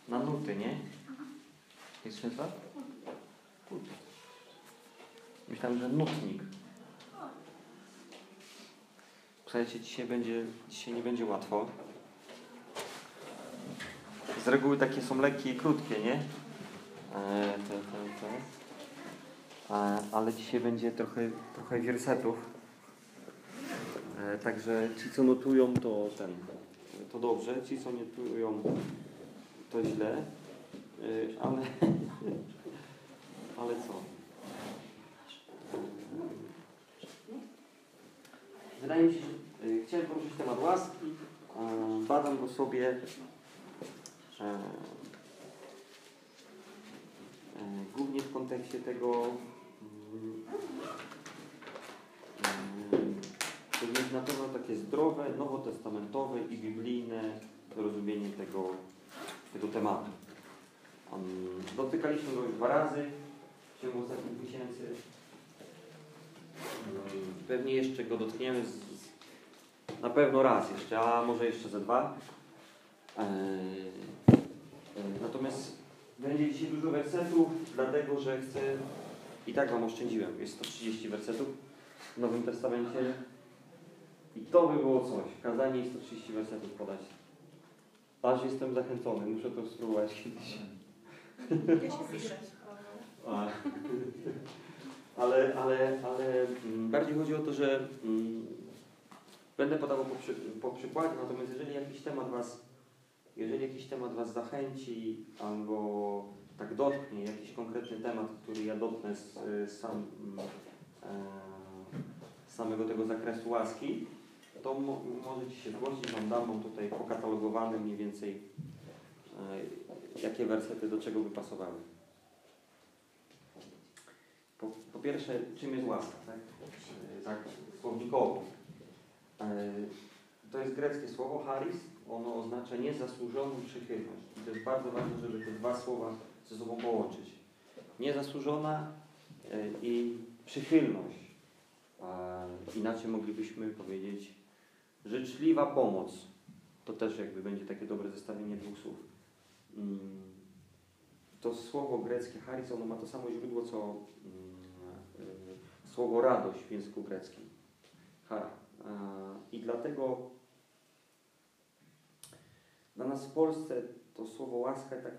Na nuty, nie? Jest często? Myślałem, że nutnik. Słuchajcie, dzisiaj nie będzie łatwo. Z reguły takie są lekkie i krótkie, nie? Ale dzisiaj będzie trochę wersetów. Także ci, co notują, to dobrze. Ci, co nie notują, to źle. Ale co? Wydaje mi się, że chciałem poruszyć temat łaski. Badam go sobie głównie w kontekście tego, to jest na pewno takie zdrowe, nowotestamentowe i biblijne rozumienie tego tematu. Dotykaliśmy go już 2 razy w ciągu ostatnich miesięcy. Pewnie jeszcze go dotkniemy na pewno raz jeszcze, a może jeszcze ze 2. Natomiast będzie dzisiaj dużo wersetów, dlatego że chcę, i tak Wam oszczędziłem, jest 130 wersetów w Nowym Testamencie i to by było coś, kazanie i 130 wersetów podać. Aż jestem zachęcony, muszę to spróbować kiedyś. Ja się piszę. Ale bardziej chodzi o to, że będę podawał po przykładzie, natomiast jeżeli jakiś temat Was zachęci albo tak dotknie, jakiś konkretny temat, który ja dotknę z samego tego zakresu łaski, to możecie się zgłosić, Wam tutaj pokatalogowane mniej więcej jakie wersety do czego by pasowały. Po pierwsze, czym jest łaska? Tak słownikowo. To jest greckie słowo charis. Ono oznacza niezasłużoną przychylność. I to jest bardzo ważne, żeby te 2 słowa ze sobą połączyć. Niezasłużona i przychylność. Inaczej moglibyśmy powiedzieć życzliwa pomoc. To też jakby będzie takie dobre zestawienie 2 słów. To słowo greckie charis, ono ma to samo źródło, co słowo radość w języku greckim. I dlatego dla nas w Polsce to słowo łaska tak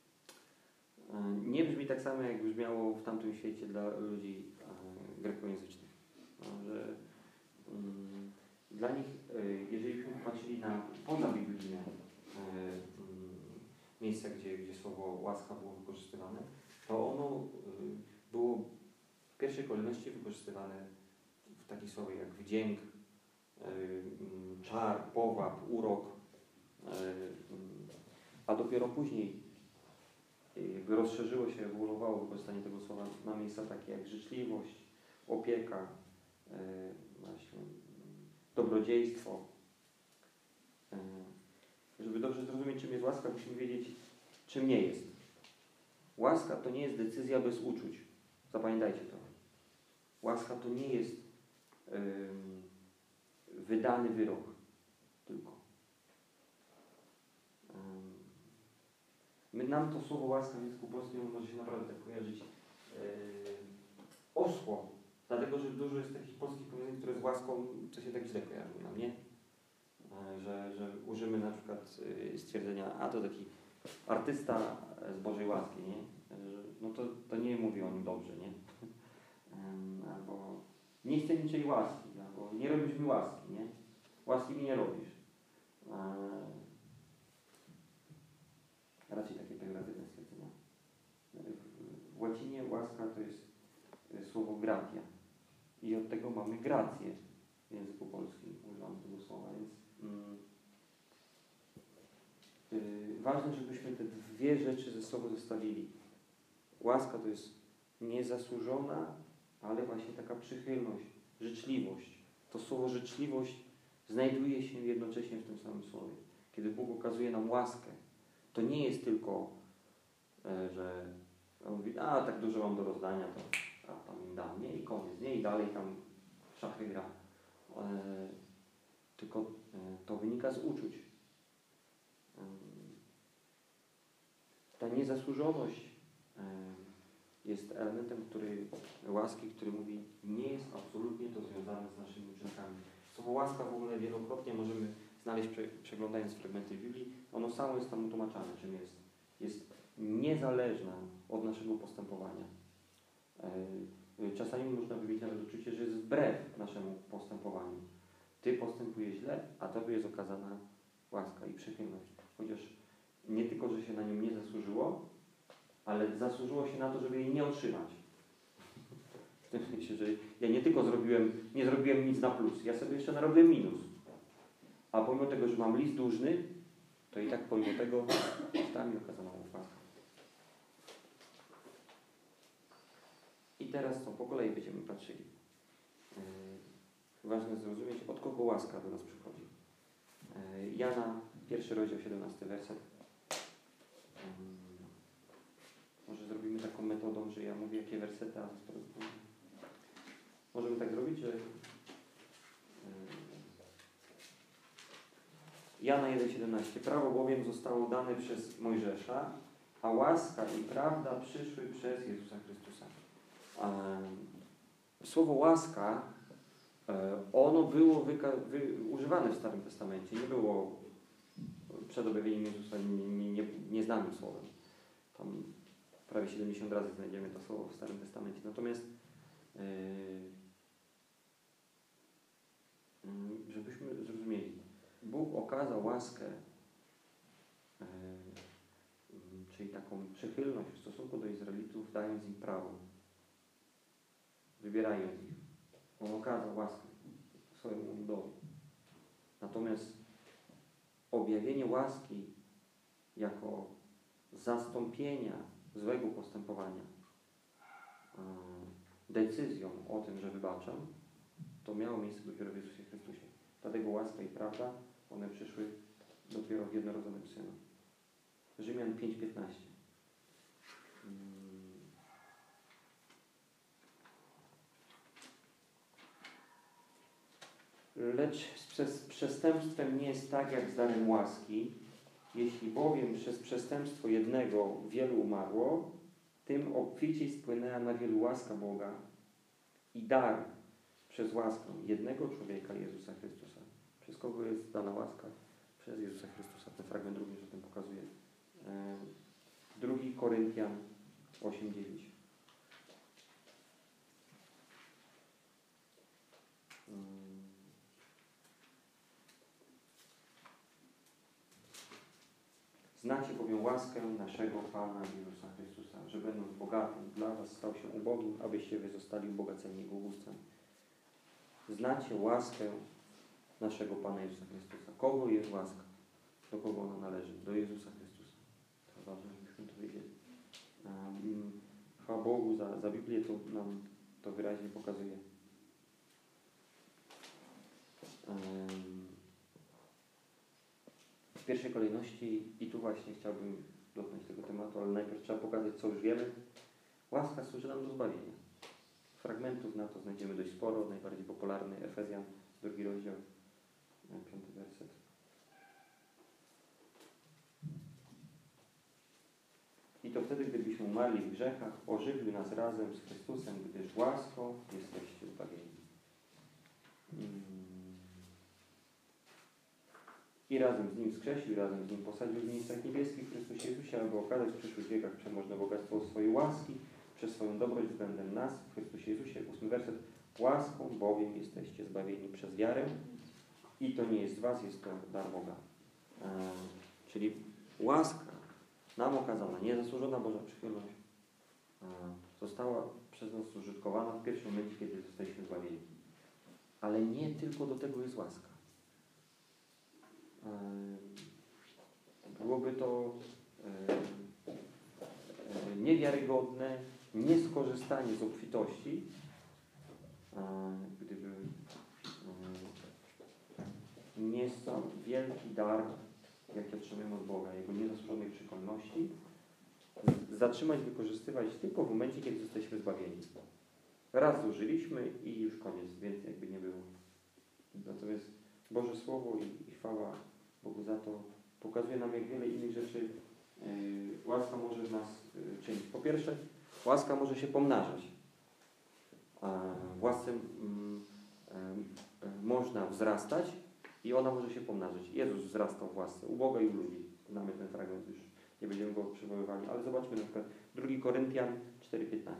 nie brzmi tak samo, jak brzmiało w tamtym świecie dla ludzi grekojęzycznych. Że dla nich, jeżeli byśmy patrzyli na pozabiblijne miejsca, gdzie słowo łaska było wykorzystywane, to ono było w pierwszej kolejności wykorzystywane w takich słowach jak wdzięk, czar, powab, urok, a dopiero później jakby rozszerzyło się, ewoluowało wykorzystanie tego słowa na miejsca takie jak życzliwość, opieka, właśnie dobrodziejstwo. Żeby dobrze zrozumieć, czym jest łaska, musimy wiedzieć, czym nie jest. Łaska to nie jest decyzja bez uczuć. Zapamiętajcie to. Łaska to nie jest wydany wyrok tylko. Nam to słowo łaska w języku polskim może się naprawdę tak kojarzyć oschło, dlatego że dużo jest takich polskich powiedzeń, które z łaską to się tak źle kojarzą nam, nie? Że użymy na przykład stwierdzenia, a to taki artysta z Bożej łaski, nie? No to nie mówi o nim dobrze, nie? Albo nie chcę niczej łaski, albo nie robisz mi łaski, nie? Łaski mi nie robisz. Raczej takie pejoratywne stwierdzenia. W łacinie łaska to jest słowo gratia. I od tego mamy grację w języku polskim, używam tego słowa, więc ważne, żebyśmy te 2 rzeczy ze sobą zestawili. Łaska to jest niezasłużona, ale właśnie taka przychylność, życzliwość. To słowo życzliwość znajduje się jednocześnie w tym samym słowie. Kiedy Bóg okazuje nam łaskę, to nie jest tylko, że on mówi, tak dużo mam do rozdania, to tam im dam, nie? I koniec, nie? I dalej tam szachy gra. Tylko to wynika z uczuć. Ta niezasłużoność jest elementem łaski, który mówi, nie jest absolutnie to związane z naszymi uczynkami. Słowo łaska w ogóle wielokrotnie możemy znaleźć, przeglądając fragmenty Biblii. Ono samo jest tam utłumaczane, czym jest. Jest niezależna od naszego postępowania. Czasami można by mieć nawet uczucie, że jest wbrew naszemu postępowaniu. Ty postępujesz źle, a tobie jest okazana łaska i przychylność. Chociaż nie tylko, że się na nią nie zasłużyło, ale zasłużyło się na to, żeby jej nie otrzymać. W tym sensie, że ja nie tylko nie zrobiłem nic na plus, ja sobie jeszcze narobiłem minus. A pomimo tego, że mam list dłużny, to i tak pomimo tego została mi okazana łaska. I teraz po kolei będziemy patrzyli. Ważne zrozumieć, od kogo łaska do nas przychodzi. Jana, 1 rozdział, 17 werset. Może zrobimy taką metodą, że ja mówię, jakie wersety, a możemy tak zrobić, że Jana 1,17. Prawo bowiem zostało dane przez Mojżesza, a łaska i prawda przyszły przez Jezusa Chrystusa. Słowo łaska, ono było używane w Starym Testamencie. Nie było przed objawieniem Jezusa nieznanym słowem. Tam prawie 70 razy znajdziemy to słowo w Starym Testamencie. Natomiast żebyśmy zrozumieli, Bóg okazał łaskę, czyli taką przychylność w stosunku do Izraelitów, dając im prawo, wybierając ich. On okazał łaskę swojemu ludowi. Natomiast objawienie łaski jako zastąpienia złego postępowania decyzją o tym, że wybaczam, to miało miejsce dopiero w Jezusie Chrystusie. Dlatego łaska i prawda, one przyszły dopiero w jednorodzonym Synu. Rzymian 5:15. Lecz z przestępstwem nie jest tak, jak z darem łaski. Jeśli bowiem przez przestępstwo jednego wielu umarło, tym obficiej spłynęła na wielu łaska Boga i dar przez łaskę jednego człowieka, Jezusa Chrystusa. Przez kogo jest dana łaska? Przez Jezusa Chrystusa. Ten fragment również o tym pokazuje. 2 Koryntian 8:9. Znacie bowiem łaskę naszego Pana Jezusa Chrystusa, że będąc bogatym dla was stał się ubogim, abyście wy zostali ubogaceni Jego ubóstwem. Znacie łaskę naszego Pana Jezusa Chrystusa. Kogo jest łaska? Do kogo ona należy? Do Jezusa Chrystusa. To ważne, żebyśmy to wiedzieli. Chwała Bogu za Biblię, to nam to wyraźnie pokazuje. W pierwszej kolejności, i tu właśnie chciałbym dotknąć tego tematu, ale najpierw trzeba pokazać, co już wiemy. Łaska służy nam do zbawienia. Fragmentów na to znajdziemy dość sporo. Najbardziej popularny Efezjan, 2 rozdział, 5 werset. I to wtedy, gdybyśmy umarli w grzechach, ożywił nas razem z Chrystusem, gdyż łaską jesteście zbawieni. I razem z Nim wskrzesił, razem z Nim posadził w miejscach niebieskich w Chrystusie Jezusie, aby okazać w przyszłych wiekach przemożne bogactwo swojej łaski przez swoją dobroć względem nas w Chrystusie Jezusie. 8 werset. Łaską bowiem jesteście zbawieni przez wiarę i to nie jest z was, jest to dar Boga. Czyli łaska nam okazana, niezasłużona Boża przychylność została przez nas użytkowana w pierwszym momencie, kiedy zostaliśmy zbawieni. Ale nie tylko do tego jest łaska. Byłoby to niewiarygodne nieskorzystanie z obfitości, gdyby nie sam wielki dar, jaki otrzymujemy od Boga, Jego niezasłużonej przychylności, zatrzymać, wykorzystywać tylko w momencie, kiedy jesteśmy zbawieni. Raz zużyliśmy i już koniec, więc jakby nie było. Natomiast Boże Słowo i chwała Bogu za to pokazuje nam, jak wiele innych rzeczy łaska może w nas czynić? Po pierwsze, łaska może się pomnażać. W łasce można wzrastać i ona może się pomnażać. Jezus wzrastał w łasce, u Boga i u ludzi. Znamy ten fragment, już nie będziemy go przywoływali, ale zobaczmy na przykład 2 Koryntian 4,15.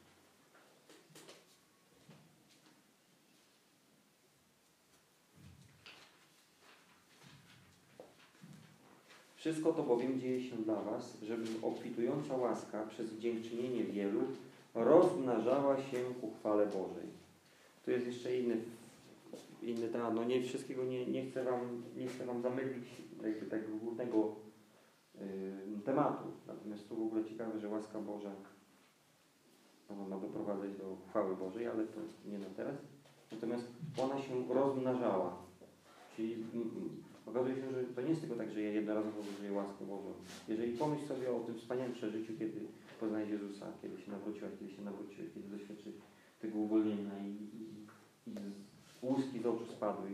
Wszystko to bowiem dzieje się dla was, żeby obfitująca łaska przez dziękczynienie wielu rozmnażała się ku chwale Bożej. Tu jest jeszcze inny temat. No nie wszystkiego nie chcę wam zamylić jakby tego głównego tematu. Natomiast tu w ogóle ciekawe, że łaska Boża ona ma doprowadzać do chwały Bożej, ale to nie na teraz. Natomiast ona się rozmnażała. Czyli okazuje się, że to nie jest tylko tak, że ja jednorazowo użyję łaskę Bożą. Jeżeli pomyśl sobie o tym wspaniałym przeżyciu, kiedy poznałeś Jezusa, kiedy się nawróciłeś, kiedy doświadczyłeś tego uwolnienia i łuski z oczu spadły.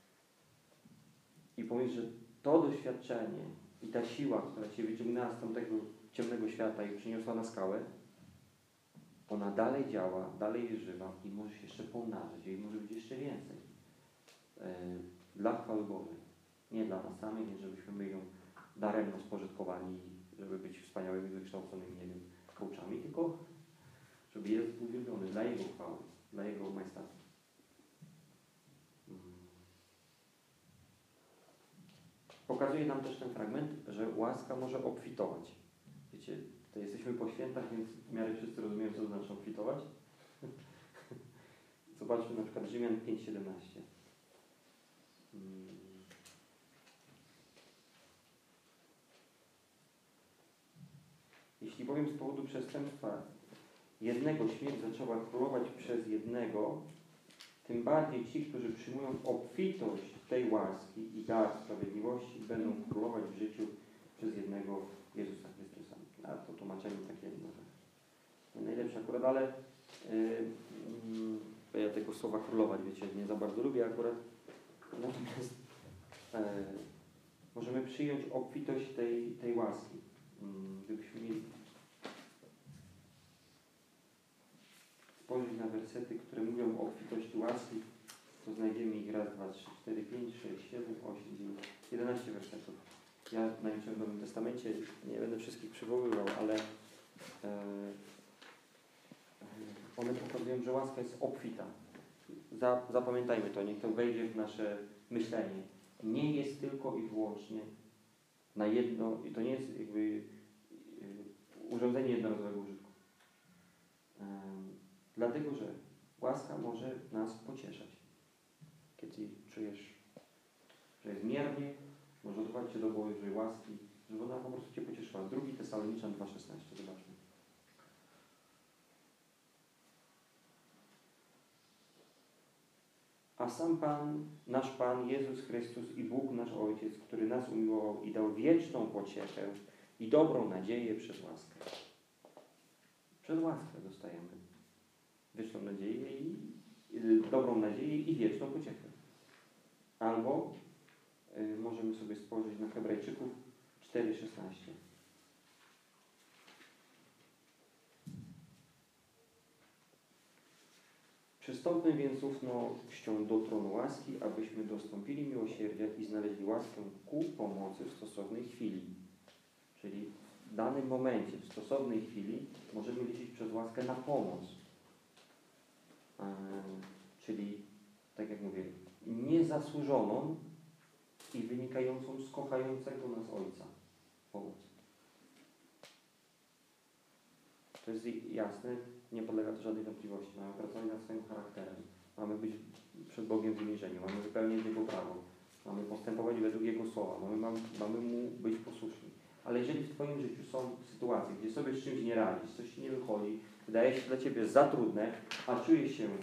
I pomyśl, że to doświadczenie i ta siła, która Cię wyciągnęła z tamtego ciemnego świata i przyniosła na skałę, ona dalej działa, dalej jest żywa i może się jeszcze pomnażać, jej może być jeszcze więcej. Dla chwały Bożej. Nie dla nas samych, nie żebyśmy my ją daremno spożytkowali, żeby być wspaniałymi, wykształconymi, nie wiem, coachami, tylko żeby Jezus był uwielbiony dla Jego chwały, dla Jego majestatu. Pokazuje nam też ten fragment, że łaska może obfitować. Wiecie, to jesteśmy po świętach, więc w miarę wszyscy rozumieją, co to znaczy obfitować. Zobaczmy na przykład Rzymian 5:17. Jeśli bowiem z powodu przestępstwa jednego śmierć zaczęła królować przez jednego, tym bardziej ci, którzy przyjmują obfitość tej łaski i dar sprawiedliwości, będą królować w życiu przez jednego Jezusa Chrystusa. A to tłumaczenie takie może nie najlepsze akurat, ale ja tego słowa królować, wiecie, nie za bardzo lubię akurat. Natomiast możemy przyjąć obfitość tej łaski. Gdybyśmy mieli spojrzeć na wersety, które mówią o obfitości łaski, to znajdziemy ich raz, 2, 3, 4, 5, 6, 7, 8, 9, 11 wersetów. Ja najpierw w Nowym Testamencie nie będę wszystkich przywoływał, ale one pokazują, że łaska jest obfita. Zapamiętajmy to, niech to wejdzie w nasze myślenie. Nie jest tylko i wyłącznie na jedno, i to nie jest jakby urządzenie jednorazowego użytku. Dlatego, że łaska może nas pocieszać. Kiedy czujesz, że jest miernie, może odwołać się do Bożej łaski, żeby ona po prostu Cię pocieszyła. 2 Tesaloniczan 2,16. Zobaczmy. A sam Pan, nasz Pan, Jezus Chrystus i Bóg nasz Ojciec, który nas umiłował i dał wieczną pociechę i dobrą nadzieję przez łaskę. Przez łaskę dostajemy wieczną nadzieję i dobrą nadzieję i wieczną pociechę. Albo możemy sobie spojrzeć na Hebrajczyków 4,16. Przystąpmy więc ufnością do tronu łaski, abyśmy dostąpili miłosierdzia i znaleźli łaskę ku pomocy w stosownej chwili. Czyli w danym momencie, w stosownej chwili możemy liczyć przez łaskę na pomoc. Czyli, tak jak mówię, niezasłużoną i wynikającą z kochającego nas Ojca pomoc. To jest jasne, nie podlega to żadnej wątpliwości. Mamy pracować nad swoim charakterem. Mamy być przed Bogiem w uniżeniu. Mamy wypełniać Jego prawo. Mamy postępować według Jego słowa. Mamy Mu być posłuszni. Ale jeżeli w Twoim życiu są sytuacje, gdzie sobie z czymś nie radzisz, coś Ci nie wychodzi, wydaje się dla Ciebie za trudne, a czujesz się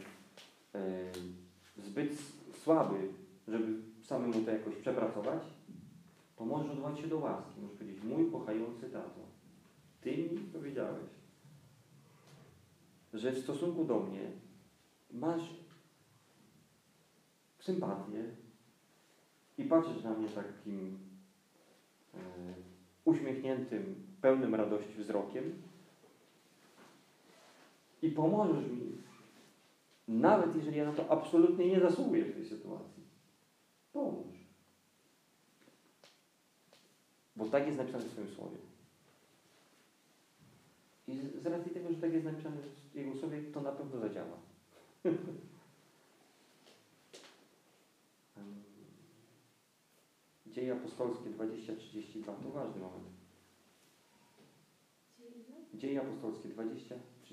zbyt słaby, żeby samemu to jakoś przepracować, to możesz odwołać się do łaski. Możesz powiedzieć, mój kochający tato, Ty mi powiedziałeś, że w stosunku do mnie masz sympatię i patrzysz na mnie takim uśmiechniętym, pełnym radości wzrokiem i pomożesz mi, nawet jeżeli ja na to absolutnie nie zasługuję w tej sytuacji. Pomóż. Bo tak jest napisane w swoim słowie. I z racji tego, że tak jest napisane w Jego słowie, to na pewno zadziała. Dzieje apostolskie 20-32 to ważny moment. Dzieje apostolskie 20-32.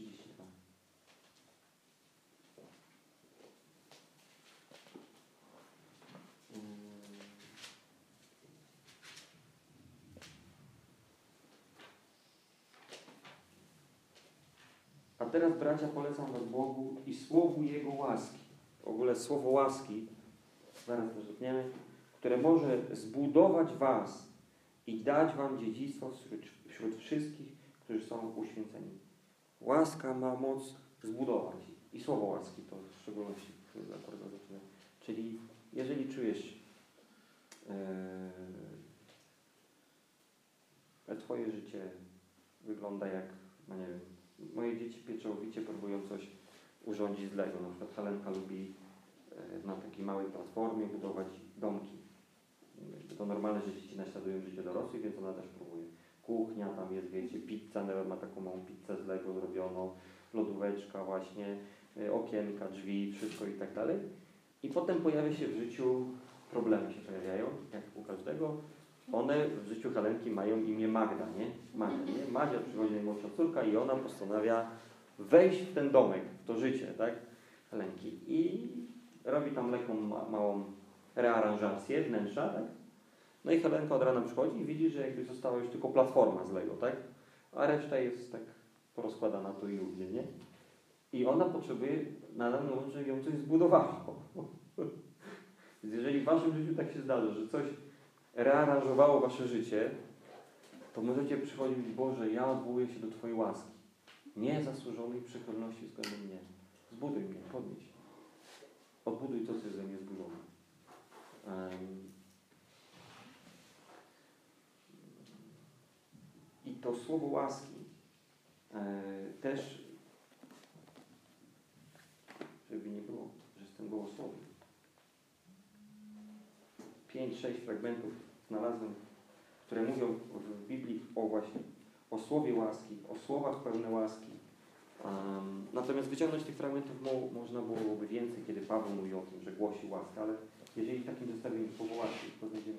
A teraz, bracia, polecam was Bogu i słowu Jego łaski. W ogóle słowo łaski, zaraz to dotkniemy, które może zbudować was i dać wam dziedzictwo wśród wszystkich, którzy są uświęceni. Łaska ma moc zbudować. I słowo łaski to w szczególności akurat zaczyna. Czyli jeżeli czujesz, że twoje życie wygląda jak, no nie wiem, moje dzieci pieczołowicie próbują coś urządzić z Lego. Na przykład Helenka lubi na takiej małej platformie budować domki. To normalne, że dzieci naśladują życie dorosłych, więc ona też próbuje. Kuchnia, tam jest, wiecie, pizza, nawet ma taką małą pizzę z Lego zrobioną, lodóweczka właśnie, okienka, drzwi, wszystko i tak dalej. I potem pojawia się w życiu, problemy się pojawiają, jak u każdego. One w życiu Helenki mają imię Magda, nie? Magda, nie? Madzia przychodzi najmłodsza córka i ona postanawia wejść w ten domek, w to życie, tak? Helenki. I robi tam lekką, małą rearanżację wnętrza, tak? No i Helenka od rana przychodzi i widzi, że jakby została już tylko platforma z Lego, tak? A reszta jest tak porozkładana tu i ówdzie, nie? I ona potrzebuje na danym moment, żeby ją coś zbudowało. Więc jeżeli w waszym życiu tak się zdarza, że coś rearanżowało wasze życie, to możecie przychodzić, Boże, ja odwołuję się do Twojej łaski. Niezasłużonej przychylności względem mnie. Zbuduj mnie, podnieś. Odbuduj to, co jest ze mnie zbudowane. I to słowo łaski też, żeby nie było, że jestem gołosłowny. 5-6 fragmentów znalazłem, które mówią w Biblii o słowie łaski, o słowach pełne łaski. Natomiast wyciągnąć tych fragmentów można byłoby więcej, kiedy Paweł mówi o tym, że głosi łaskę, ale jeżeli w takim zestawieniu słowo łaski, to znajdziemy.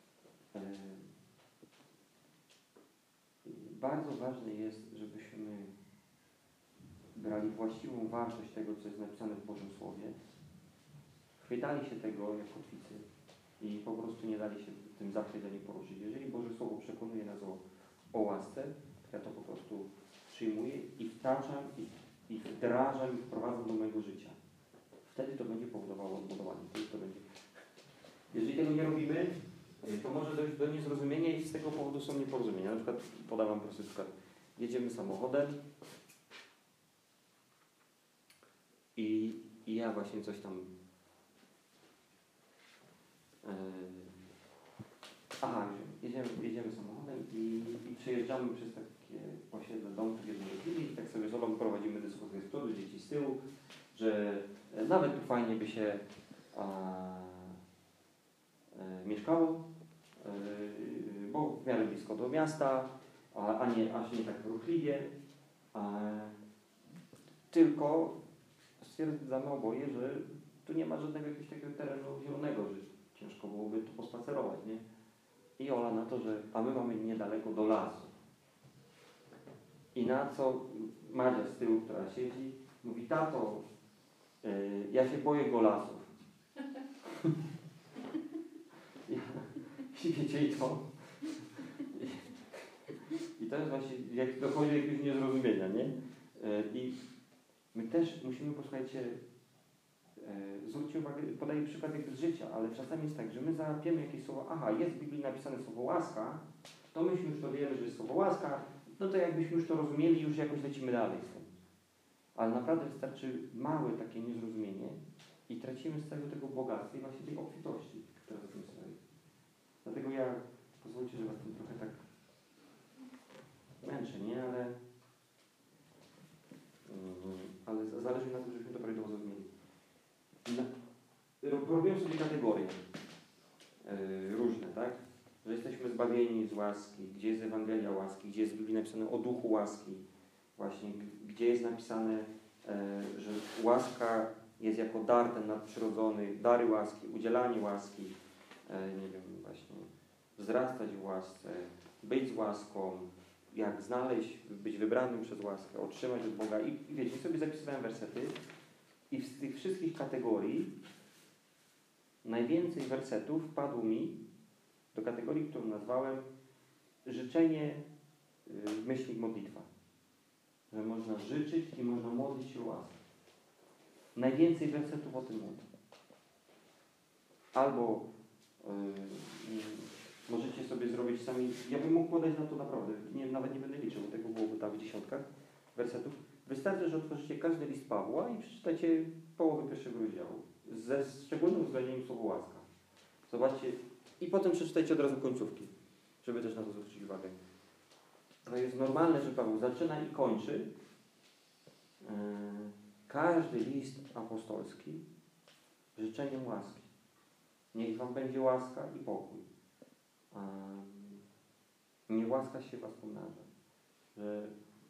Bardzo ważne jest, żebyśmy brali właściwą wartość tego, co jest napisane w Bożym Słowie, chwytali się tego jak kotwicy i po prostu nie dali się tym zachwyceniu poruszyć. Jeżeli Boże Słowo przekonuje nas o łasce, to ja to po prostu przyjmuję i wtaczam i wdrażam i wprowadzam do mojego życia. Wtedy to będzie powodowało odbudowanie. Wtedy to będzie. Jeżeli tego nie robimy, to może dojść do niezrozumienia i z tego powodu są nieporozumienia. Na przykład, podam wam prosty przykład. Jedziemy samochodem i ja właśnie coś tam jedziemy samochodem i przejeżdżamy przez takie osiedle domków jednorodzinnych i tak sobie z Olą prowadzimy dyskusję z przodu, dzieci z tyłu, że nawet tu fajnie by się mieszkało, bo w miarę blisko do miasta, aż nie tak ruchliwie, tylko stwierdzamy oboje, że tu nie ma żadnego jakiegoś takiego terenu zielonego, że ciężko byłoby tu pospacerować, nie? I Ola na to, że a my mamy niedaleko do lasu. I na co Madzia z tyłu, która siedzi, mówi, tato, ja się boję go lasów. I wiecie, i to jest właśnie, jak dochodzi do jakiegoś niezrozumienia, nie? I my też musimy, posłuchajcie, zwróćcie uwagę, podaję przykład jakby z życia, ale czasami jest tak, że my załapiemy jakieś słowo, jest w Biblii napisane słowo łaska, to myśmy już to wiemy, że jest słowo łaska, no to jakbyśmy już to rozumieli, już jakoś lecimy dalej z tym. Ale naprawdę wystarczy małe takie niezrozumienie i tracimy z całego tego bogactwa i właśnie tej obfitości, która w tym stoi. Dlatego ja, pozwólcie, że was tym trochę tak męczę, nie? Ale zależy mi na tym, żebyśmy to prawidłowo zrozumieli. Robiłem sobie kategorie różne, tak? Że jesteśmy zbawieni z łaski, gdzie jest Ewangelia łaski, gdzie jest w Biblii napisane o duchu łaski, właśnie, gdzie jest napisane, że łaska jest jako dar ten nadprzyrodzony, dary łaski, udzielanie łaski, nie wiem, właśnie, wzrastać w łasce, być z łaską, jak znaleźć, być wybranym przez łaskę, otrzymać od Boga. I wiecie, sobie zapisywałem wersety i z tych wszystkich kategorii najwięcej wersetów wpadło mi do kategorii, którą nazwałem życzenie, myślnik, modlitwa. Że można życzyć i można modlić się o łaskę. Najwięcej wersetów o tym mówi. Albo możecie sobie zrobić sami, ja bym mógł podać na to naprawdę, nawet nie będę liczył, bo tego byłoby tam w dziesiątkach wersetów. Wystarczy, że otworzycie każdy list Pawła i przeczytacie połowę pierwszego rozdziału. Ze szczególnym uwzględnieniem słowa łaska. Zobaczcie, i potem przeczytajcie od razu końcówki, żeby też na to zwrócić uwagę. To jest normalne, że Paweł zaczyna i kończy każdy list apostolski życzeniem łaski. Niech wam będzie łaska i pokój. Niech łaska się was pomnaża. Że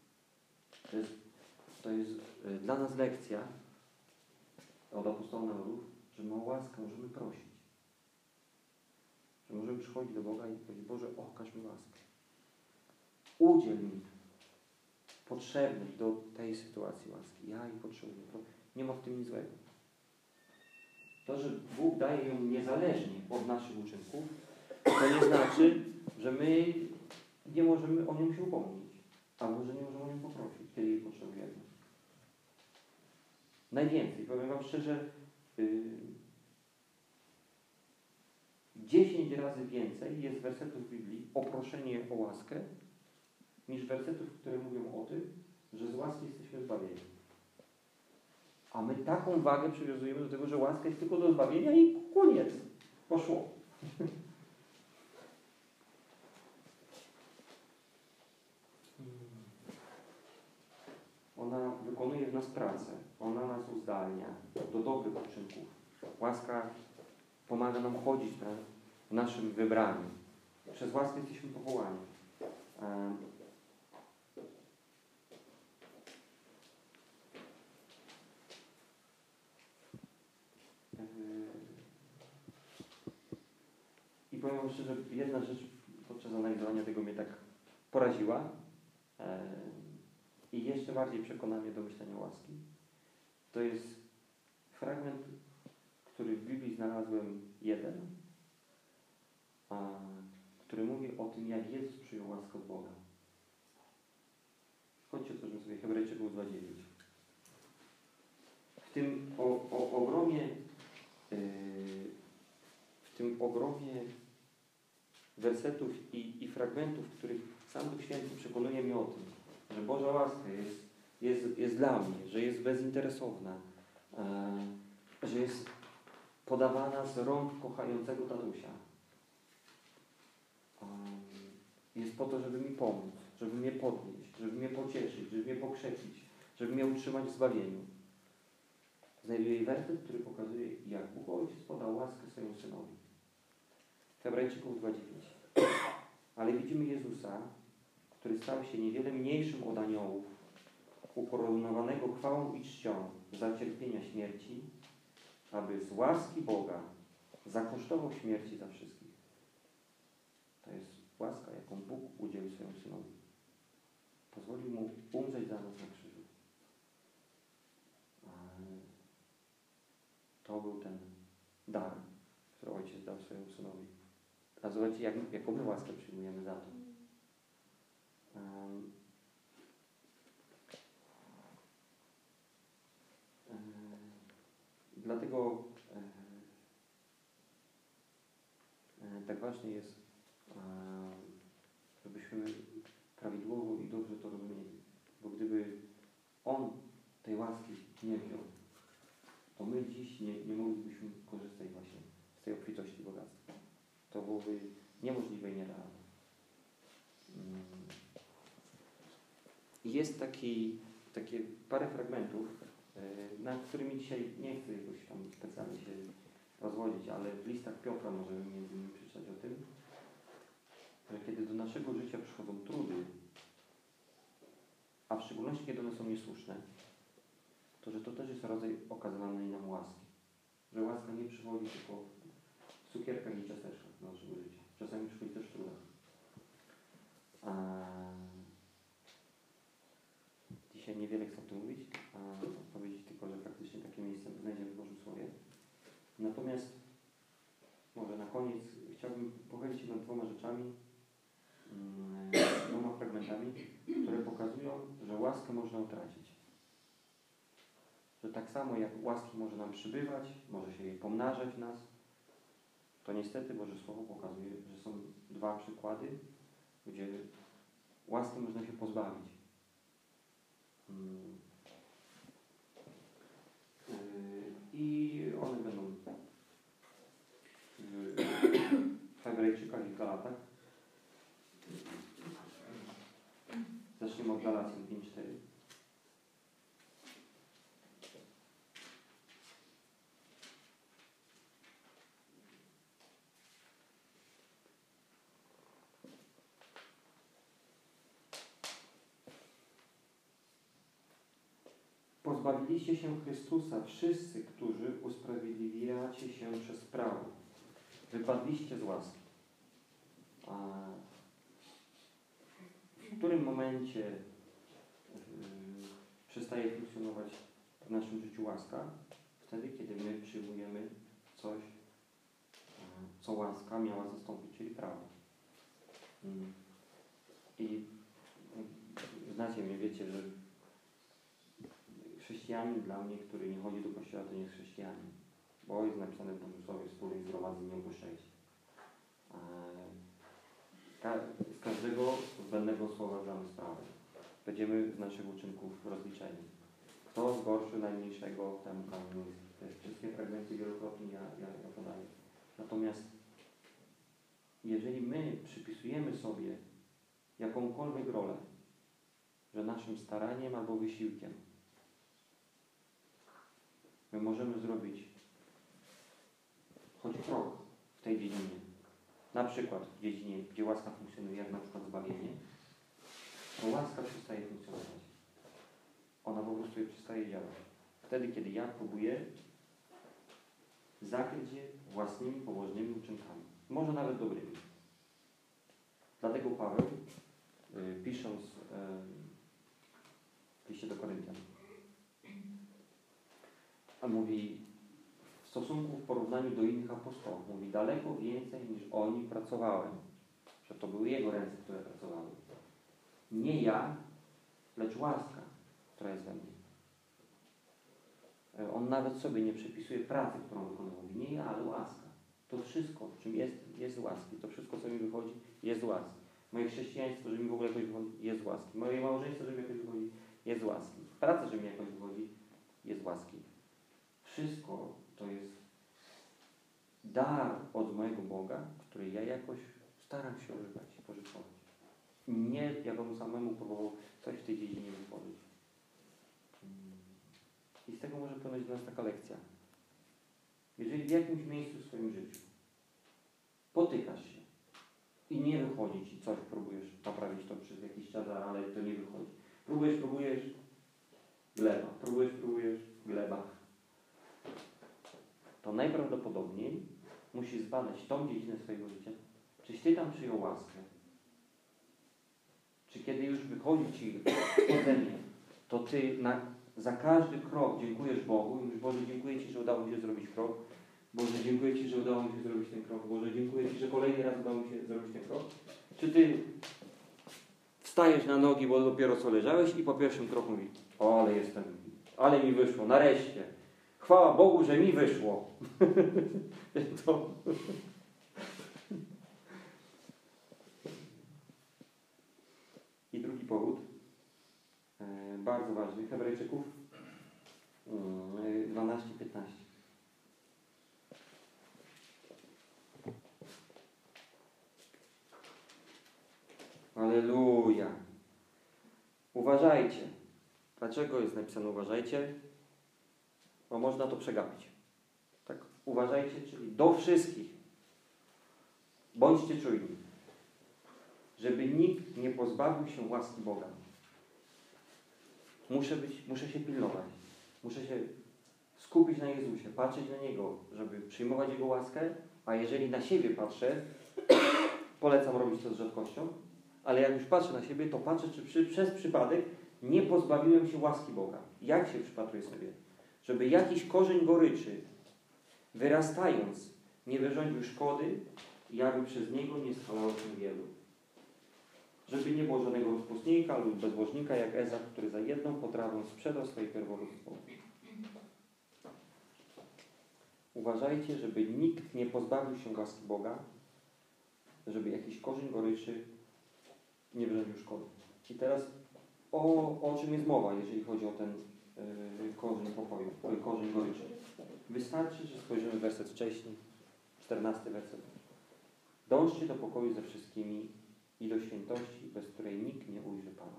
to jest dla nas lekcja od apostołów narodów, że my o łaskę możemy prosić. Że możemy przychodzić do Boga i powiedzieć: Boże, okaż mi łaskę. Udziel mi potrzebnej do tej sytuacji łaski. Ja jej potrzebuję. Nie ma w tym nic złego. To, że Bóg daje ją niezależnie od naszych uczynków, to nie znaczy, że my nie możemy o nią się upomnieć. Albo że nie możemy o nią poprosić, kiedy jej potrzebujemy. Najwięcej, powiem wam szczerze, 10 razy więcej jest wersetów w Biblii o proszenie o łaskę, niż wersetów, które mówią o tym, że z łaski jesteśmy zbawieni. A my taką wagę przywiązujemy do tego, że łaska jest tylko do zbawienia i koniec. Poszło. Ona wykonuje w nas pracę. Ona nas uzdalnia do dobrych uczynków. Łaska pomaga nam chodzić w naszym wybraniu. Przez łaskę jesteśmy powołani. I powiem wam szczerze, jedna rzecz podczas analizowania tego mnie tak poraziła i jeszcze bardziej przekona mnie do myślenia łaski. To jest fragment, który w Biblii znalazłem jeden, który mówi o tym, jak Jezus przyjął łaskę od Boga. Chodźcie, otworzymy sobie Hebrajczyków 2:9. W tym ogromie wersetów i fragmentów, w których sam Duch Święty przekonuje mnie o tym, że Boża łaska jest dla mnie, że jest bezinteresowna, że jest podawana z rąk kochającego tatusia. Jest po to, żeby mi pomóc, żeby mnie podnieść, żeby mnie pocieszyć, żeby mnie pokrzepić, żeby mnie utrzymać w zbawieniu. Znajduję werset, który pokazuje, jak Bóg Ojciec podał łaskę swojemu Synowi. Hebrajczyków 2:9. Ale widzimy Jezusa, który stał się niewiele mniejszym od aniołów, ukoronowanego chwałą i czcią za cierpienia śmierci, aby z łaski Boga zakosztował śmierci za wszystkich. To jest łaska, jaką Bóg udzielił swojemu Synowi. Pozwolił Mu umrzeć za nas na krzyżu. To był ten dar, który Ojciec dał swojemu Synowi. A zobaczcie, jaką my łaskę przyjmujemy za to. Dlatego tak ważne jest, żebyśmy prawidłowo i dobrze to rozumieli. Bo gdyby On tej łaski nie wziął, to my dziś nie moglibyśmy korzystać właśnie z tej obfitości bogactwa. To byłoby niemożliwe i nierealne. jest takie parę fragmentów, nad którymi dzisiaj nie chcę jakoś tam specjalnie się rozwodzić, ale w listach Piotra możemy między innymi przeczytać o tym, że kiedy do naszego życia przychodzą trudy, a w szczególności kiedy one są niesłuszne, to że to też jest rodzaj okazywanej nam łaski. Że łaska nie przychodzi tylko w cukierkach i ciasteczkach do naszego życia. Czasami przychodzi też w trudach. Dzisiaj niewiele chcę o tym mówić, a powiedzieć tylko, że praktycznie takie miejsce znajdziemy w Bożym Słowie. Natomiast może na koniec chciałbym pochylić się nad dwoma rzeczami, dwoma fragmentami, które pokazują, że łaskę można utracić. Że tak samo jak łaski może nam przybywać, może się jej pomnażać w nas, to niestety Boże Słowo pokazuje, że są dwa przykłady, gdzie łaski można się pozbawić. I one będą w Hebrajczykach i w Galatach. Zaczniemy od Galacjan 5:4. Pozbawiliście się Chrystusa wszyscy, którzy usprawiedliwiacie się przez prawo. Wypadliście z łaski. A w którym momencie przestaje funkcjonować w naszym życiu łaska? Wtedy, kiedy my przyjmujemy coś, co łaska miała zastąpić, czyli prawo. I znacie mnie, wiecie, że chrześcijanin dla mnie, który nie chodzi do kościoła, to nie jest chrześcijanin. Bo jest napisane w Bożym Słowie, wspólnych zgromadzeń nie opuszczajcie. Z każdego zbędnego słowa zdamy sprawę. Będziemy z naszych uczynków rozliczeni. Kto zgorszy najmniejszego, temu kamieniu. Te wszystkie fragmenty wielokrotnie ja podaję. Natomiast jeżeli my przypisujemy sobie jakąkolwiek rolę, że naszym staraniem albo wysiłkiem my możemy zrobić choć krok w tej dziedzinie, na przykład w dziedzinie, gdzie łaska funkcjonuje, jak na przykład zbawienie, to łaska przestaje funkcjonować. Ona po prostu przestaje działać. Wtedy, kiedy ja próbuję zakryć je własnymi pobożnymi uczynkami. Może nawet dobrymi. Dlatego Paweł, pisząc w liście do Koryntian, mówi w stosunku, w porównaniu do innych apostołów, mówi daleko więcej niż oni pracowałem. Że to były jego ręce, które pracowały. Nie ja, lecz łaska, która jest we mnie. On nawet sobie nie przypisuje pracy, którą wykonał. Mówi nie ja, ale łaska. To wszystko, w czym jest łaski. To wszystko, co mi wychodzi, jest z łaski. Moje chrześcijaństwo, że mi w ogóle jakoś wychodzi, jest z łaski. Moje małżeństwo, że mi jakoś wychodzi, jest z łaski. Praca, że mi jakoś wychodzi, jest z łaski. Wszystko to jest dar od mojego Boga, który ja jakoś staram się używać i pożytkować. Nie jakbym samemu próbował coś w tej dziedzinie wytworzyć. I z tego może płynąć do nas taka lekcja. Jeżeli w jakimś miejscu w swoim życiu potykasz się i nie wychodzi ci coś, próbujesz naprawić to przez jakiś czas, ale to nie wychodzi. Próbujesz, gleba. Próbujesz, gleba. To najprawdopodobniej musisz zbadać tą dziedzinę swojego życia, czyś ty tam przyjął łaskę. Czy kiedy już wychodzi ci ode mnie, to ty za każdy krok dziękujesz Bogu i mówisz, Boże, dziękuję Ci, że udało mi się zrobić krok. Boże, dziękuję Ci, że udało mi się zrobić ten krok. Boże, dziękuję Ci, że kolejny raz udało mi się zrobić ten krok. Czy ty wstajesz na nogi, bo dopiero co leżałeś i po pierwszym kroku mówisz, o, ale mi wyszło, nareszcie. Chwała Bogu, że mi wyszło. To... I drugi powód, bardzo ważny, Hebrajczyków 12-15. Alleluja. Uważajcie. Dlaczego jest napisane uważajcie? Bo można to przegapić. Tak, uważajcie, czyli do wszystkich. Bądźcie czujni, żeby nikt nie pozbawił się łaski Boga. Muszę się pilnować. Muszę się skupić na Jezusie, patrzeć na Niego, żeby przyjmować Jego łaskę, a jeżeli na siebie patrzę, polecam robić to z rzadkością, ale jak już patrzę na siebie, to patrzę, czy przez przypadek nie pozbawiłem się łaski Boga. Jak się przypatruję sobie? Żeby jakiś korzeń goryczy, wyrastając, nie wyrządził szkody i aby przez niego nie schalało się wielu. Żeby nie było żadnego rozpustnika lub bezbożnika jak Ezaf, który za jedną potrawą sprzedał swoje pierwowrództwo. Uważajcie, żeby nikt nie pozbawił się łaski Boga, żeby jakiś korzeń goryczy nie wyrządził szkody. I teraz o czym jest mowa, jeżeli chodzi o ten korzeń pokoju, korzeń goryczy. Wystarczy, że spojrzymy werset wcześniej, 14 werset. Dążcie do pokoju ze wszystkimi i do świętości, bez której nikt nie ujrzy Pana.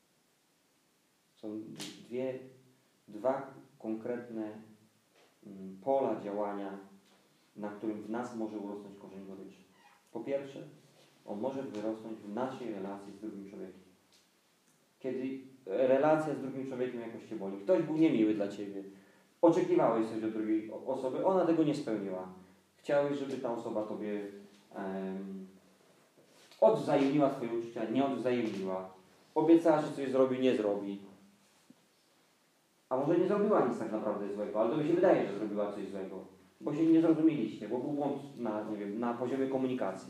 Są dwa konkretne pola działania, na którym w nas może urosnąć korzeń goryczy. Po pierwsze, on może wyrosnąć w naszej relacji z drugim człowiekiem. Kiedy relacja z drugim człowiekiem jakoś Cię boli, ktoś był niemiły dla Ciebie, oczekiwałeś coś od drugiej osoby, ona tego nie spełniła. Chciałeś, żeby ta osoba Tobie odwzajemniła Twoje uczucia, nie odwzajemniła. Obiecała, że coś zrobi, nie zrobi. A może nie zrobiła nic tak naprawdę złego, ale to mi się wydaje, że zrobiła coś złego. Bo się nie zrozumieliście, bo był błąd na poziomie komunikacji.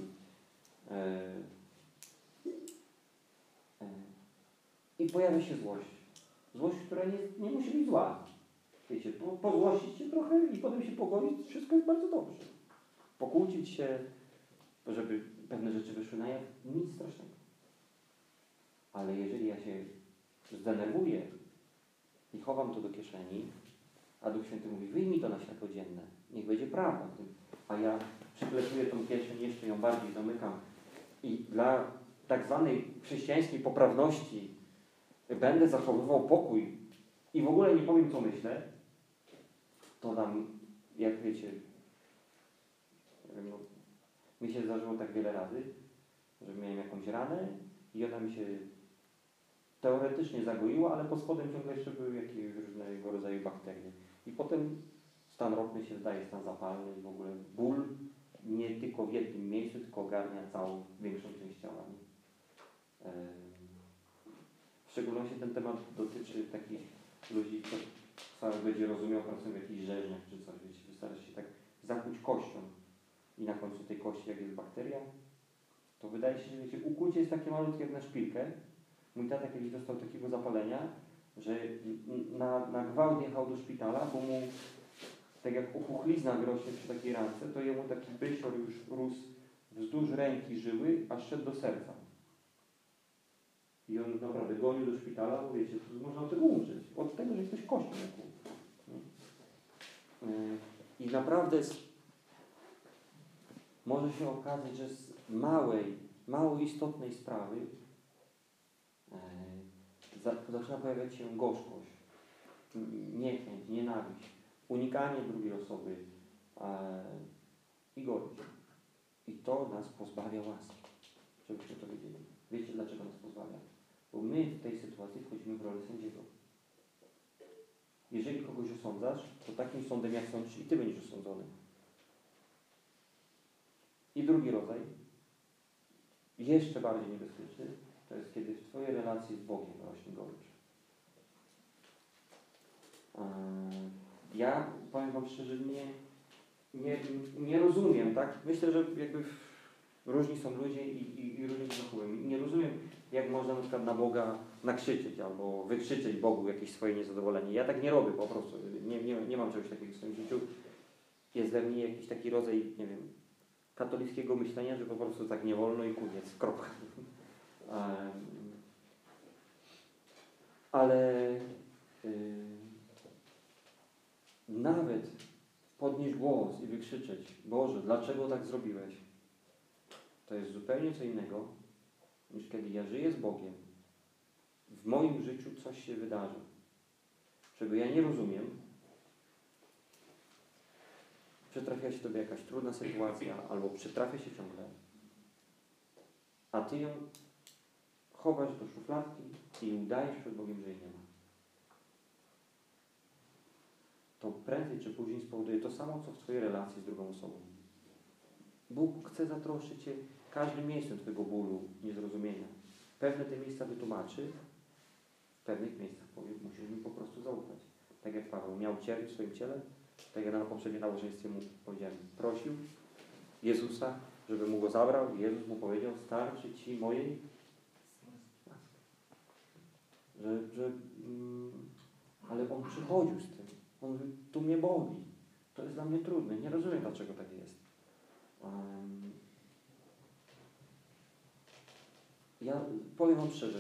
I pojawia się złość. Złość, która nie musi być zła. Wiecie, pozłościć się trochę i potem się pogodzić, wszystko jest bardzo dobrze. Pokłócić się, żeby pewne rzeczy wyszły na jaw, nic strasznego. Ale jeżeli ja się zdenerwuję i chowam to do kieszeni, a Duch Święty mówi, wyjmij to na światło dzienne, niech będzie prawda w tym, a ja przyklepuję tą kieszeń, jeszcze ją bardziej zamykam i dla tak zwanej chrześcijańskiej poprawności będę zachowywał pokój i w ogóle nie powiem, co myślę, to nam, jak wiecie, no, mi się zdarzyło tak wiele razy, że miałem jakąś ranę i ona mi się teoretycznie zagoiła, ale pod spodem ciągle jeszcze były jakieś różnego rodzaju bakterie. I potem stan ropny się zdaje, stan zapalny i w ogóle ból nie tylko w jednym miejscu, tylko ogarnia całą większą część ciała. W szczególności ten temat dotyczy takich ludzi, kto cały będzie rozumiał, pracują w jakichś rzeźniach czy coś. Wiecie, wystarczy się tak zakłuć kością i na końcu tej kości, jak jest bakteria, to wydaje się, że wiecie, ukłucie jest takie malutkie jak na szpilkę. Mój tata kiedyś dostał takiego zapalenia, że na gwałt jechał do szpitala, bo mu, tak jak opuchlizna wyrośnie przy takiej rance, to jemu taki bysior już rósł wzdłuż ręki żyły, aż szedł do serca. I on naprawdę gonił do szpitala, bo wiecie, to można od tego umrzeć. Od tego, że ktoś kością nakłuł. I naprawdę może się okazać, że z mało istotnej sprawy zaczyna pojawiać się gorzkość, niechęć, nienawiść, unikanie drugiej osoby i gorycz. I to nas pozbawia łaski, żebyśmy to wiedzieli. Wiecie, dlaczego nas pozbawia? Bo my w tej sytuacji wchodzimy w rolę sędziego. Jeżeli kogoś osądzasz, to takim sądem jak sądzisz i ty będziesz osądzony. I drugi rodzaj, jeszcze bardziej niebezpieczny, to jest kiedy w twojej relacji z Bogiem rośnie gorycz. Ja powiem wam szczerze, nie rozumiem, tak? Myślę, że jakby różni są ludzie i różni się zachowują. Nie rozumiem, jak można na przykład na Boga nakrzyczeć albo wykrzyczeć Bogu jakieś swoje niezadowolenie. Ja tak nie robię po prostu. Nie mam czegoś takiego w swoim życiu. Jest we mnie jakiś taki rodzaj, nie wiem, katolickiego myślenia, że po prostu tak nie wolno i koniec, kropka. Ale nawet podnieść głos i wykrzyczeć, Boże, dlaczego tak zrobiłeś? To jest zupełnie co innego, niż kiedy ja żyję z Bogiem. W moim życiu coś się wydarzy. czego ja nie rozumiem, przytrafia się Tobie jakaś trudna sytuacja, albo przytrafia się ciągle, a Ty ją chowasz do szufladki i udajesz przed Bogiem, że jej nie ma. To prędzej czy później spowoduje to samo, co w Twojej relacji z drugą osobą. Bóg chce zatroszczyć Cię każdym miejscem Twojego bólu, niezrozumienia. Pewne te miejsca wytłumaczy, w pewnych miejscach powie, musisz mi po prostu zaufać. Tak jak Paweł miał cierń w swoim ciele, tak jak na poprzednim nabożeństwie mu powiedziałem, prosił Jezusa, żeby mu go zabrał i Jezus mu powiedział, starczy Ci mojej ale on przychodził z tym. On mówi, tu mnie boli. To jest dla mnie trudne. Nie rozumiem, dlaczego tak jest. Ja powiem Wam szczerze,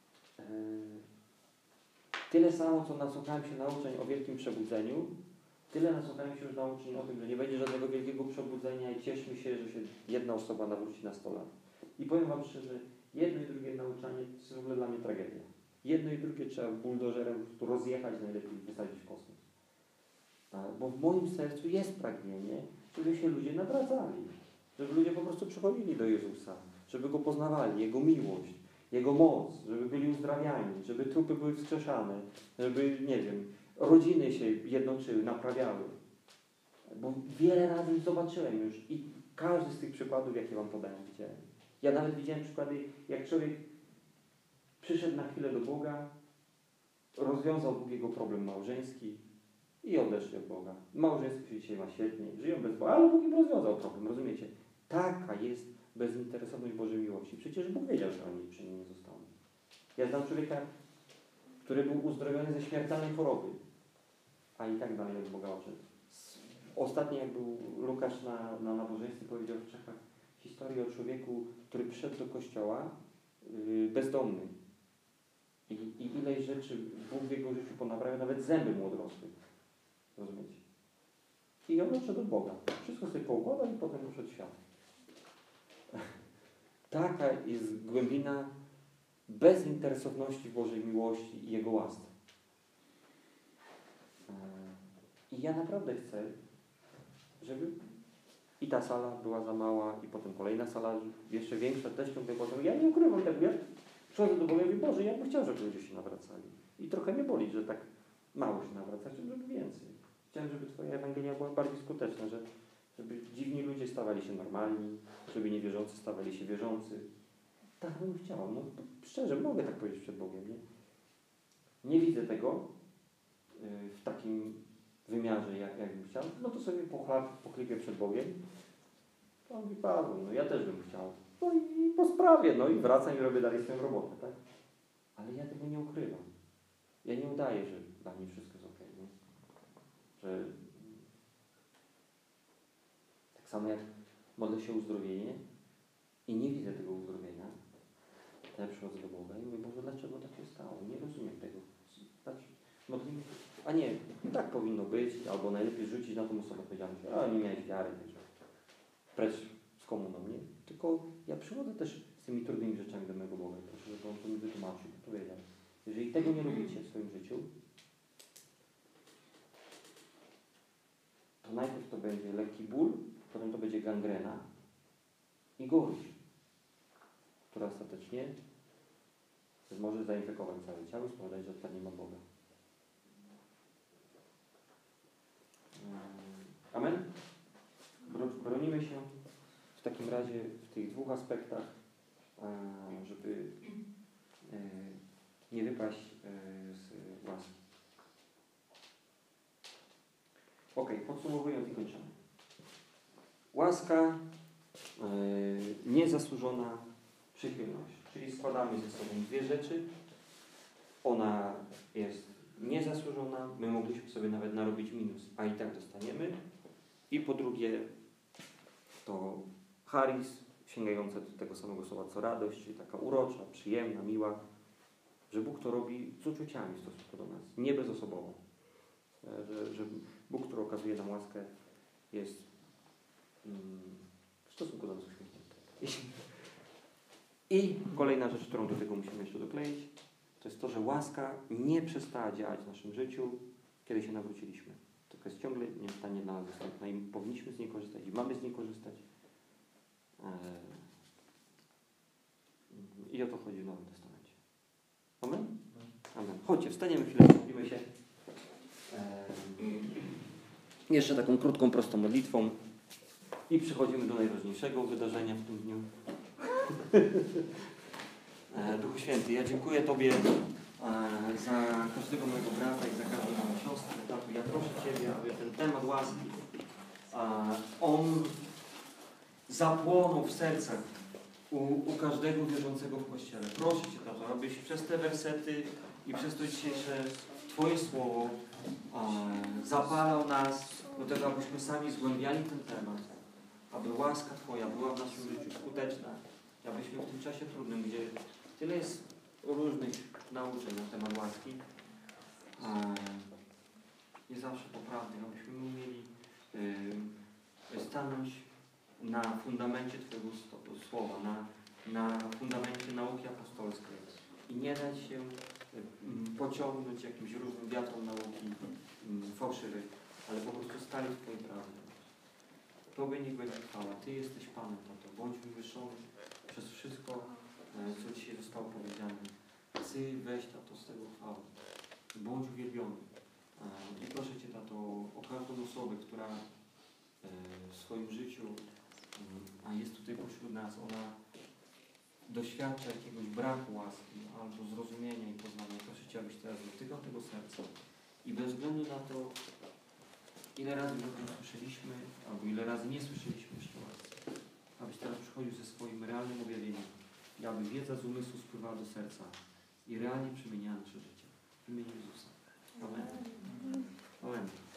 tyle samo, co nasłuchałem się nauczeń o wielkim przebudzeniu, tyle nasłuchałem się już nauczeń o tym, że nie będzie żadnego wielkiego przebudzenia i cieszmy się, że się jedna osoba nawróci na 100 lat. I powiem Wam szczerze, jedno i drugie nauczanie to jest w ogóle dla mnie tragedia. Jedno i drugie trzeba buldożerem po prostu rozjechać, najlepiej wysadzić w kosmos. Bo w moim sercu jest pragnienie, żeby się ludzie nawracali. Żeby ludzie po prostu przychodzili do Jezusa. Żeby Go poznawali, Jego miłość, Jego moc, żeby byli uzdrawiani, żeby trupy były wskrzeszane, żeby, nie wiem, rodziny się jednoczyły, naprawiały. Bo wiele razy zobaczyłem już i każdy z tych przykładów, jakie Wam podałem, widziałem. Ja nawet widziałem przykłady, jak człowiek przyszedł na chwilę do Boga, rozwiązał Bóg jego problem małżeński i odeszli od Boga. Małżeństwo się dzisiaj ma świetnie, żyją bez Boga, ale Bóg im rozwiązał problem, rozumiecie? Taka jest bezinteresowność Bożej miłości. Przecież Bóg wiedział, że oni przy nim nie zostaną. Ja znam człowieka, który był uzdrowiony ze śmiertelnej choroby, a i tak dalej od Boga odszedł. Ostatnio, jak był Łukasz na nabożeństwie, powiedział w Czechach historię o człowieku, który przyszedł do kościoła bezdomny. I ileś rzeczy Bóg w jego życiu ponaprawiał, nawet zęby mu odrosły. Rozumiecie? I on odszedł od Boga. Wszystko sobie poukładał i potem poszedł w świat. Taka jest głębina bezinteresowności Bożej miłości i Jego łaski. I ja naprawdę chcę, żeby i ta sala była za mała, i potem kolejna sala jeszcze większa, też ciągle potem. Ja nie ukrywam tego, ja przychodzę do Boga i mówię, Boże, ja bym chciał, żeby ludzie się nawracali. I trochę mnie boli, że tak mało się nawraca, żeby więcej. Chciałem, żeby Twoja Ewangelia była bardziej skuteczna, żeby dziwni ludzie stawali się normalni, żeby niewierzący stawali się wierzący. Tak bym chciał. No, szczerze, mogę tak powiedzieć przed Bogiem, nie? Nie widzę tego w takim wymiarze, jakbym chciał. No to sobie pochlebię przed Bogiem. To on mówi, Paweł, no ja też bym chciał. No i po sprawie, no i wracam i robię dalej swoją robotę, tak? Ale ja tego nie ukrywam. Ja nie udaję, że dla mnie wszystko jest okej, nie? Że tak samo jak modlę się o uzdrowienie i nie widzę tego uzdrowienia, to ja przychodzę do Boga i mówię, Boże, dlaczego tak się stało? Nie rozumiem tego. Modlimy się. A nie, tak powinno być, albo najlepiej rzucić na tą osobę odpowiedzialność. A nie miałeś wiary, wiesz, precz z komuną, nie? Tylko ja przychodzę też z tymi trudnymi rzeczami do mojego Boga i proszę, żeby On to mi wytłumaczył i powiedział. Jeżeli tego nie robicie w swoim życiu, to najpierw to będzie lekki ból, potem to będzie gangrena i gorycz, która ostatecznie może zainfekować całe ciało i spowodować, że odpadniemy od Boga. Amen? Bronimy się w takim razie w tych dwóch aspektach, żeby nie wypaść z łaski. Ok, podsumowując i kończymy. Łaska niezasłużona przychylność. Czyli składamy ze sobą dwie rzeczy. Ona jest niezasłużona, my mogliśmy sobie nawet narobić minus, a i tak dostaniemy. I po drugie to charis, sięgające do tego samego słowa co radość, czyli taka urocza, przyjemna, miła, że Bóg to robi z uczuciami w stosunku do nas, nie bezosobowo. Że Bóg, który okazuje nam łaskę, jest w stosunku do nas uśmiechnięty. I kolejna rzecz, którą do tego musimy jeszcze dokleić, to jest to, że łaska nie przestała działać w naszym życiu, kiedy się nawróciliśmy. Tylko jest ciągle nieustannie dla nas dostępna i powinniśmy z niej korzystać i mamy z niej korzystać. I o to chodzi w Nowym Testamencie. Amen? Amen. Chodźcie, wstaniemy chwilę, modlimy się. Jeszcze taką krótką, prostą modlitwą i przechodzimy do najważniejszego wydarzenia w tym dniu. Duchu Święty, ja dziękuję Tobie za każdego mojego brata i za każdą moją siostrę. Tato, ja proszę Ciebie, aby ten temat łaski on zapłonął w sercach u każdego wierzącego w Kościele. Proszę Cię, Tato, abyś przez te wersety i przez to dzisiejsze Twoje słowo zapalał nas do tego, abyśmy sami zgłębiali ten temat, aby łaska Twoja była w naszym życiu skuteczna, abyśmy w tym czasie trudnym, gdzie tyle jest różnych nauczeń na temat łaski, nie zawsze poprawnych, abyśmy umieli stanąć na fundamencie Twojego słowa, na fundamencie nauki apostolskiej i nie dać się pociągnąć jakimś różnym wiatrom nauki fałszywych, ale po prostu stali w Twojej prawdzie. Tobie niech będzie chwała. Ty jesteś Panem, Tato. Bądź wywyższony przez wszystko, co Dzisiaj zostało powiedziane. Ty weź, Tato, z tego chwałę. Bądź uwielbiony. I proszę Cię, Tato, o każdą osobę, która w swoim życiu, a jest tutaj pośród nas, ona doświadcza jakiegoś braku łaski albo zrozumienia i poznania. Proszę Cię, abyś teraz dotykał tego serca i bez względu na to, ile razy o tym słyszeliśmy, albo ile razy nie słyszeliśmy jeszcze łaski, abyś teraz przychodził ze swoim realnym objawieniem i aby wiedza z umysłu spływała do serca i realnie przemieniała nasze życie. W imieniu Jezusa. Amen. Amen.